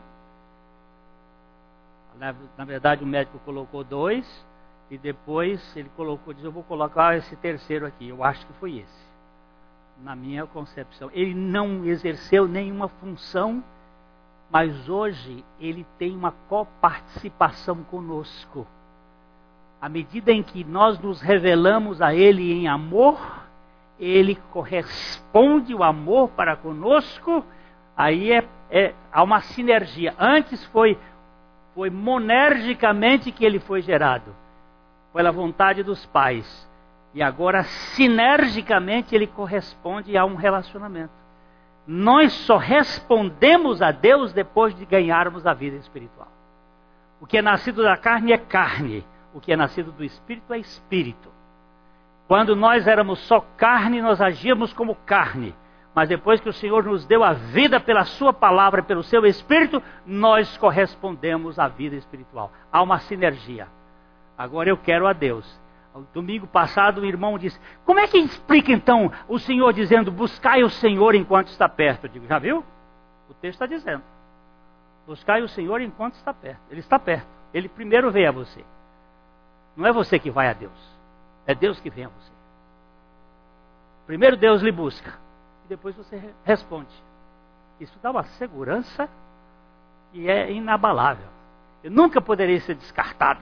Na, na verdade, o médico colocou dois, e depois ele colocou, diz: eu vou colocar esse terceiro aqui. Eu acho que foi esse, na minha concepção. Ele não exerceu nenhuma função, mas hoje ele tem uma coparticipação conosco. À medida em que nós nos revelamos a ele em amor, ele corresponde o amor para conosco. Aí é, é, há uma sinergia. Antes foi Foi monergicamente que ele foi gerado, pela vontade dos pais. E agora, sinergicamente, ele corresponde a um relacionamento. Nós só respondemos a Deus depois de ganharmos a vida espiritual. O que é nascido da carne é carne. O que é nascido do Espírito é Espírito. Quando nós éramos só carne, nós agíamos como carne. Mas depois que o Senhor nos deu a vida pela sua palavra, pelo seu Espírito, nós correspondemos à vida espiritual. Há uma sinergia. Agora eu quero a Deus. Domingo passado o irmão disse: como é que explica então o Senhor dizendo: buscai o Senhor enquanto está perto? Eu digo: já viu? O texto está dizendo: buscai o Senhor enquanto está perto. Ele está perto. Ele primeiro vem a você. Não é você que vai a Deus. É Deus que vem a você. Primeiro Deus lhe busca. Depois você responde. Isso dá uma segurança que é inabalável. Eu nunca poderei ser descartado.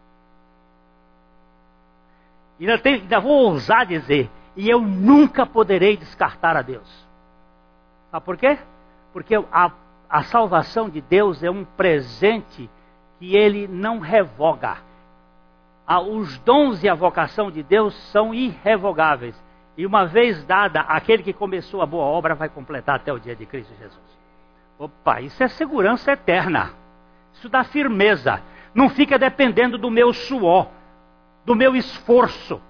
E ainda, tenho, ainda vou ousar dizer, e eu nunca poderei descartar a Deus. Sabe por quê? Porque a, a salvação de Deus é um presente que Ele não revoga. Os dons e a vocação de Deus são irrevogáveis. E uma vez dada, aquele que começou a boa obra vai completar até o dia de Cristo Jesus. Opa, isso é segurança eterna. Isso dá firmeza. Não fica dependendo do meu suor, do meu esforço.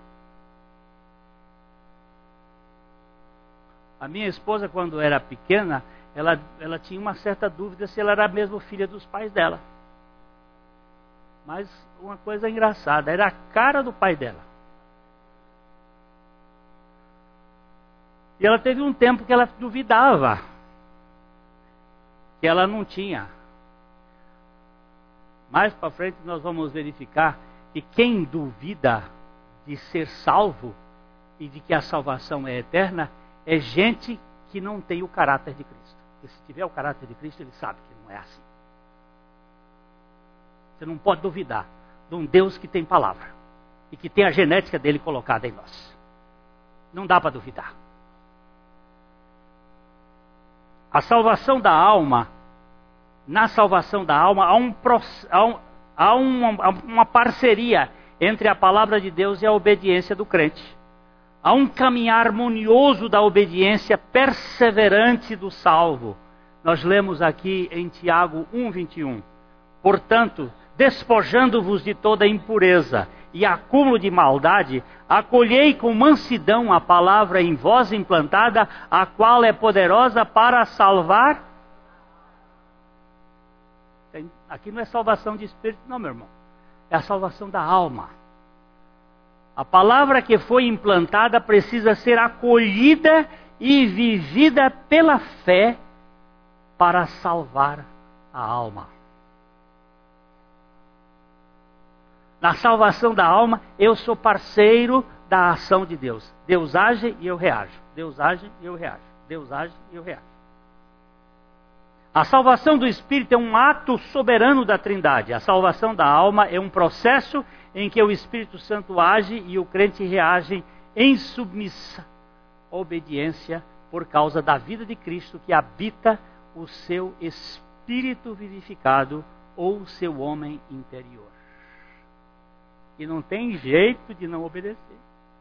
A minha esposa, quando era pequena, ela, ela tinha uma certa dúvida se ela era mesmo filha dos pais dela. Mas uma coisa engraçada, era a cara do pai dela. E ela teve um tempo que ela duvidava, que ela não tinha. Mais para frente nós vamos verificar que quem duvida de ser salvo e de que a salvação é eterna é gente que não tem o caráter de Cristo. E se tiver o caráter de Cristo, ele sabe que não é assim. Você não pode duvidar de um Deus que tem palavra e que tem a genética dele colocada em nós. Não dá para duvidar. A salvação da alma, na salvação da alma, há, um, há, um, há uma, uma parceria entre a palavra de Deus e a obediência do crente. Há um caminhar harmonioso da obediência perseverante do salvo. Nós lemos aqui em Tiago um, vinte e um. Portanto, despojando-vos de toda impureza e acúmulo de maldade, acolhei com mansidão a palavra em vós implantada, a qual é poderosa para salvar. Aqui não é salvação de espírito, não, meu irmão. É a salvação da alma. A palavra que foi implantada precisa ser acolhida e vivida pela fé para salvar a alma. Na salvação da alma, eu sou parceiro da ação de Deus. Deus age e eu reajo. Deus age e eu reajo. Deus age e eu reajo. A salvação do Espírito é um ato soberano da Trindade. A salvação da alma é um processo em que o Espírito Santo age e o crente reage em submissa, obediência, por causa da vida de Cristo que habita o seu espírito vivificado ou o seu homem interior. E não tem jeito de não obedecer.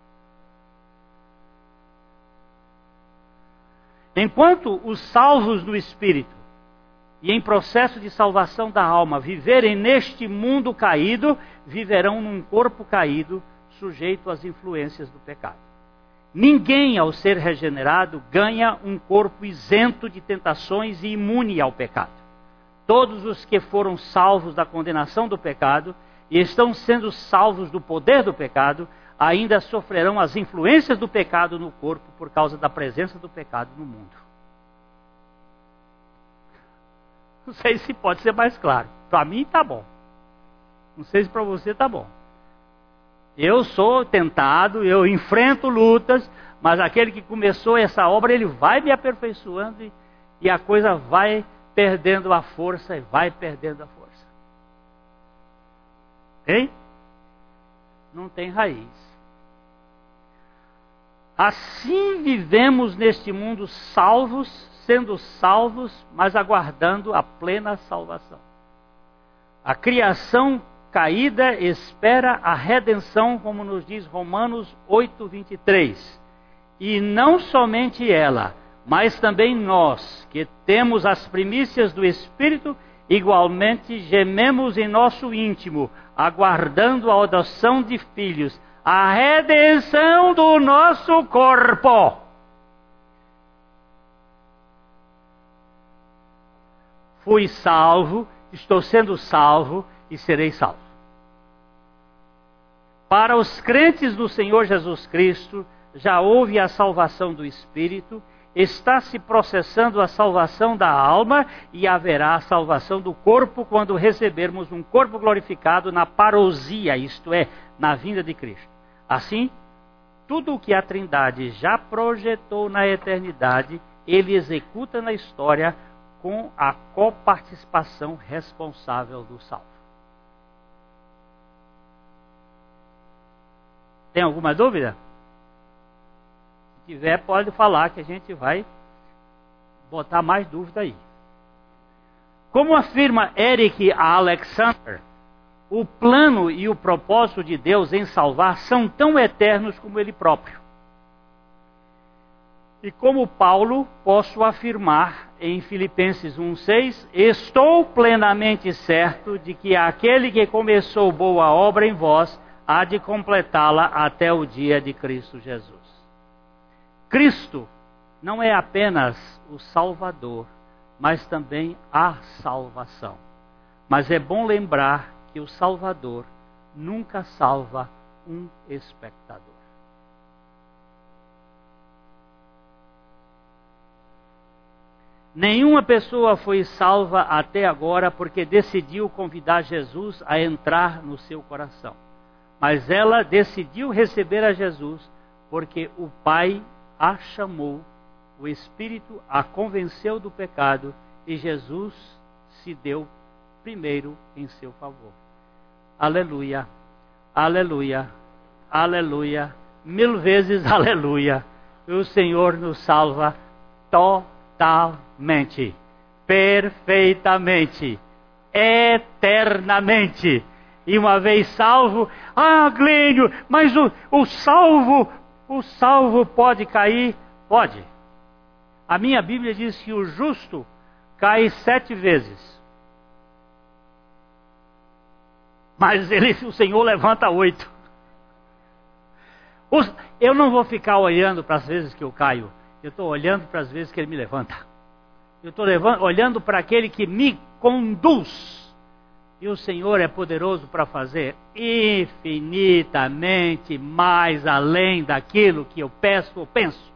Enquanto os salvos do Espírito e em processo de salvação da alma viverem neste mundo caído, viverão num corpo caído, sujeito às influências do pecado. Ninguém, ao ser regenerado, ganha um corpo isento de tentações e imune ao pecado. Todos os que foram salvos da condenação do pecado e estão sendo salvos do poder do pecado, ainda sofrerão as influências do pecado no corpo por causa da presença do pecado no mundo. Não sei se pode ser mais claro. Para mim está bom. Não sei se para você está bom. Eu sou tentado, eu enfrento lutas, mas aquele que começou essa obra, ele vai me aperfeiçoando e, e a coisa vai perdendo a força e vai perdendo a força. Hein? Não tem raiz. Assim vivemos neste mundo salvos, sendo salvos, mas aguardando a plena salvação. A criação caída espera a redenção, como nos diz Romanos oito, vinte e três. E não somente ela, mas também nós, que temos as primícias do Espírito, igualmente gememos em nosso íntimo, aguardando a adoção de filhos, a redenção do nosso corpo. Fui salvo, estou sendo salvo e serei salvo. Para os crentes do Senhor Jesus Cristo, já houve a salvação do Espírito, está se processando a salvação da alma e haverá a salvação do corpo quando recebermos um corpo glorificado na parousia, isto é, na vinda de Cristo. Assim, tudo o que a Trindade já projetou na eternidade, ele executa na história com a coparticipação responsável do salvo. Tem alguma dúvida? Se tiver, pode falar que a gente vai botar mais dúvida aí. Como afirma Eric Alexander, o plano e o propósito de Deus em salvar são tão eternos como Ele próprio. E como Paulo, posso afirmar em Filipenses um, seis, estou plenamente certo de que aquele que começou boa obra em vós há de completá-la até o dia de Cristo Jesus. Cristo não é apenas o Salvador, mas também a salvação. Mas é bom lembrar que o Salvador nunca salva um espectador. Nenhuma pessoa foi salva até agora porque decidiu convidar Jesus a entrar no seu coração. Mas ela decidiu receber a Jesus porque o Pai a chamou, o Espírito a convenceu do pecado e Jesus se deu primeiro em seu favor. Aleluia, aleluia, aleluia, mil vezes aleluia. O Senhor nos salva totalmente, perfeitamente, eternamente. E uma vez salvo, ah, Glênio, mas o, o salvo, o salvo pode cair? Pode. A minha Bíblia diz que o justo cai sete vezes. Mas ele, o Senhor levanta oito. Os, eu não vou ficar olhando para as vezes que eu caio. Eu estou olhando para as vezes que Ele me levanta. Eu estou olhando para aquele que me conduz. E o Senhor é poderoso para fazer infinitamente mais além daquilo que eu peço ou penso.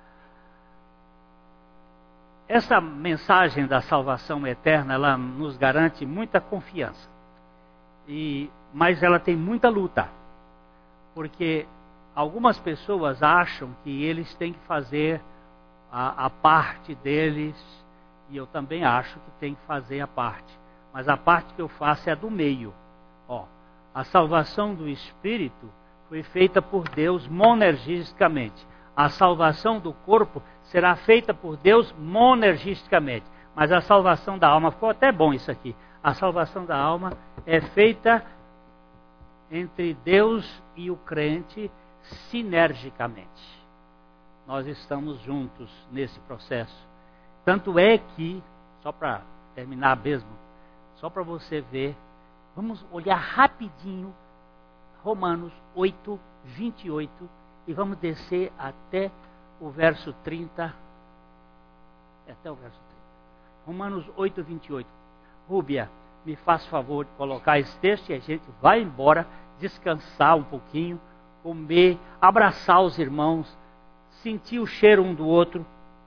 Essa mensagem da salvação eterna, ela nos garante muita confiança. E, mas ela tem muita luta, porque algumas pessoas acham que eles têm que fazer a, a parte deles, e eu também acho que tem que fazer a parte, mas a parte que eu faço é a do meio. Ó, a salvação do Espírito foi feita por Deus monergisticamente. A salvação do corpo será feita por Deus monergisticamente, mas a salvação da alma, ficou até bom isso aqui, a salvação da alma é feita entre Deus e o crente sinergicamente. Nós estamos juntos nesse processo. Tanto é que, só para terminar mesmo, só para você ver, vamos olhar rapidinho Romanos oito, vinte e oito e vamos descer até o verso trinta. Até o verso trinta. Romanos oito, vinte e oito. Rúbia, me faz favor de colocar esse texto e a gente vai embora, descansar um pouquinho, comer, abraçar os irmãos, sentir o cheiro um do outro.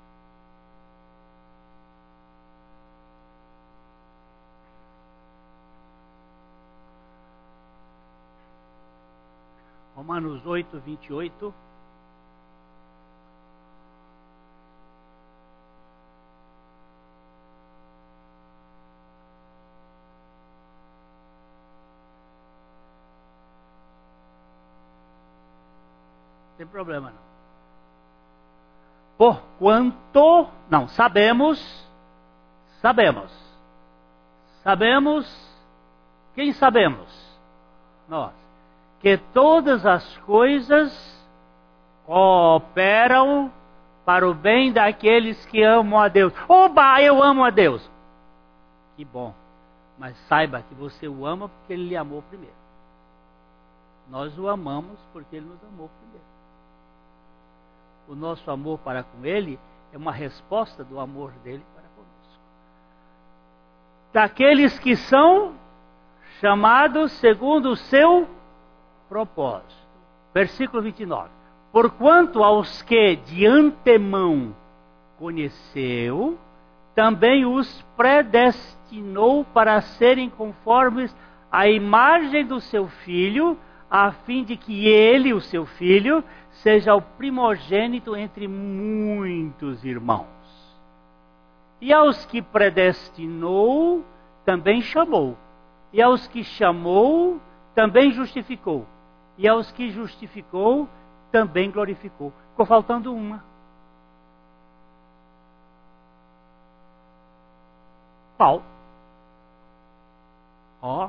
Romanos oito, vinte e oito. Não tem problema não. Porquanto, não, sabemos, sabemos, sabemos, quem sabemos? Nós. Que todas as coisas cooperam para o bem daqueles que amam a Deus. Oba, eu amo a Deus. Que bom. Mas saiba que você o ama porque Ele lhe amou primeiro. Nós o amamos porque Ele nos amou primeiro. O nosso amor para com Ele é uma resposta do amor dele para conosco. Daqueles que são chamados segundo o seu propósito. Versículo vinte e nove. Porquanto aos que de antemão conheceu, também os predestinou para serem conformes à imagem do seu Filho, a fim de que ele, o seu Filho, seja o primogênito entre muitos irmãos. E aos que predestinou, também chamou. E aos que chamou, também justificou. E aos que justificou, também glorificou. Ficou faltando uma. Qual? Ó.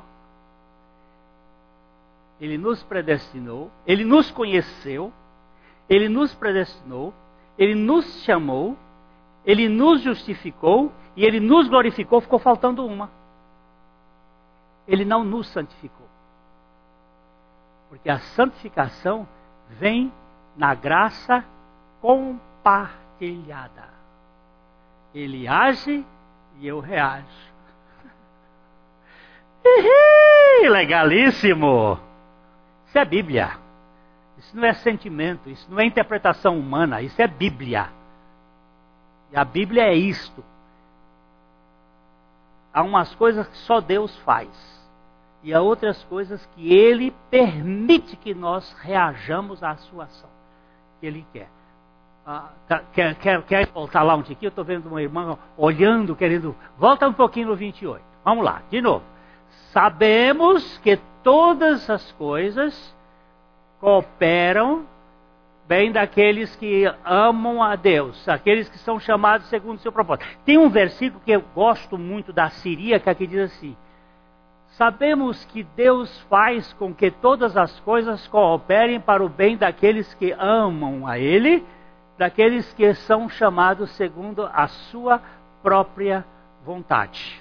Ele nos predestinou, Ele nos conheceu, Ele nos predestinou, Ele nos chamou, Ele nos justificou e Ele nos glorificou. Ficou faltando uma. Ele não nos santificou. Porque a santificação vem na graça compartilhada. Ele age e eu reajo. Legalíssimo! Isso é Bíblia. Isso não é sentimento, isso não é interpretação humana, isso é Bíblia. E a Bíblia é isto. Há umas coisas que só Deus faz. E há outras coisas que Ele permite que nós reajamos à sua ação. Que Ele quer. Ah, quer, quer, quer voltar lá um tiquinho? Eu estou vendo uma irmã olhando, querendo... Volta um pouquinho no vinte e oito. Vamos lá, de novo. Sabemos que todas as coisas cooperam bem daqueles que amam a Deus, aqueles que são chamados segundo o seu propósito. Tem um versículo que eu gosto muito da Siríaca que diz assim: sabemos que Deus faz com que todas as coisas cooperem para o bem daqueles que amam a Ele, daqueles que são chamados segundo a sua própria vontade.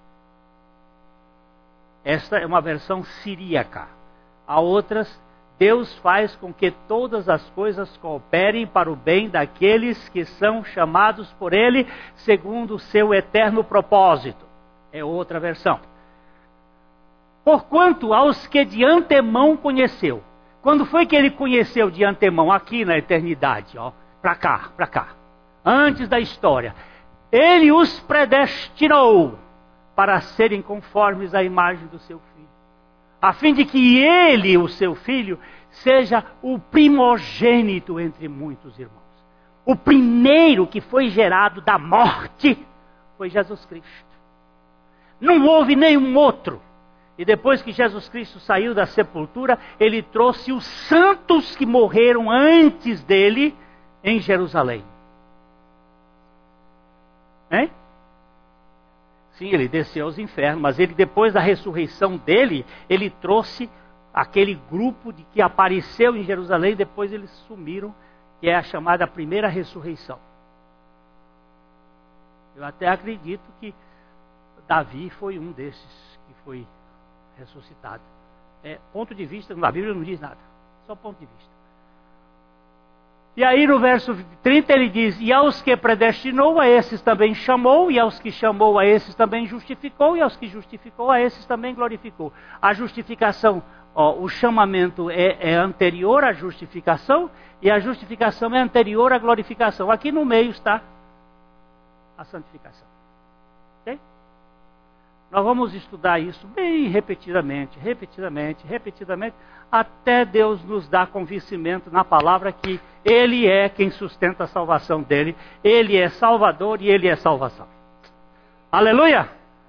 Esta é uma versão siríaca. Há outras: Deus faz com que todas as coisas cooperem para o bem daqueles que são chamados por Ele, segundo o seu eterno propósito. É outra versão. Porquanto aos que de antemão conheceu. Quando foi que Ele conheceu de antemão? Aqui na eternidade, ó, para cá, para cá. Antes da história. Ele os predestinou para serem conformes à imagem do seu Filho, a fim de que ele, o seu Filho, seja o primogênito entre muitos irmãos. O primeiro que foi gerado da morte foi Jesus Cristo. Não houve nenhum outro. E depois que Jesus Cristo saiu da sepultura, Ele trouxe os santos que morreram antes dele em Jerusalém. Hein? Sim, Ele desceu aos infernos, mas Ele, depois da ressurreição dele, Ele trouxe aquele grupo de que apareceu em Jerusalém, depois eles sumiram, que é a chamada primeira ressurreição. Eu até acredito que Davi foi um desses que foi ressuscitado. É, ponto de vista, a Bíblia não diz nada, só ponto de vista. E aí no verso trinta ele diz: e aos que predestinou, a esses também chamou, e aos que chamou, a esses também justificou, e aos que justificou, a esses também glorificou. A justificação, ó, o chamamento é, é anterior à justificação, e a justificação é anterior à glorificação. Aqui no meio está a santificação. Ok? Nós vamos estudar isso bem repetidamente, repetidamente, repetidamente, até Deus nos dar convencimento na palavra que Ele é quem sustenta a salvação dele. Ele é Salvador e Ele é salvação. Aleluia!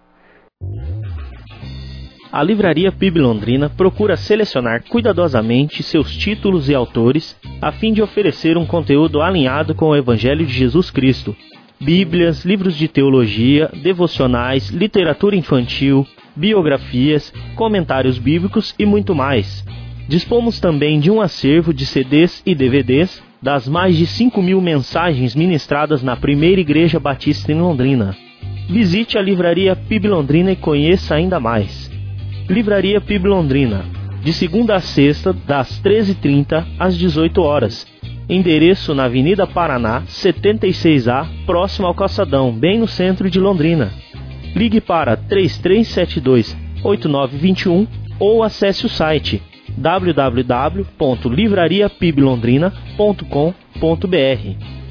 A Livraria P I B Londrina procura selecionar cuidadosamente seus títulos e autores a fim de oferecer um conteúdo alinhado com o Evangelho de Jesus Cristo. Bíblias, livros de teologia, devocionais, literatura infantil, biografias, comentários bíblicos e muito mais. Dispomos também de um acervo de C Ds e D V Ds das mais de cinco mil mensagens ministradas na Primeira Igreja Batista em Londrina. Visite a Livraria P I B Londrina e conheça ainda mais. Livraria P I B Londrina, de segunda a sexta, das treze e trinta às dezoito horas. Endereço na Avenida Paraná, setenta e seis A, próximo ao Calçadão, bem no centro de Londrina. Ligue para três três sete dois, oito nove dois um ou acesse o site w w w ponto livraria p i b londrina ponto com ponto b r.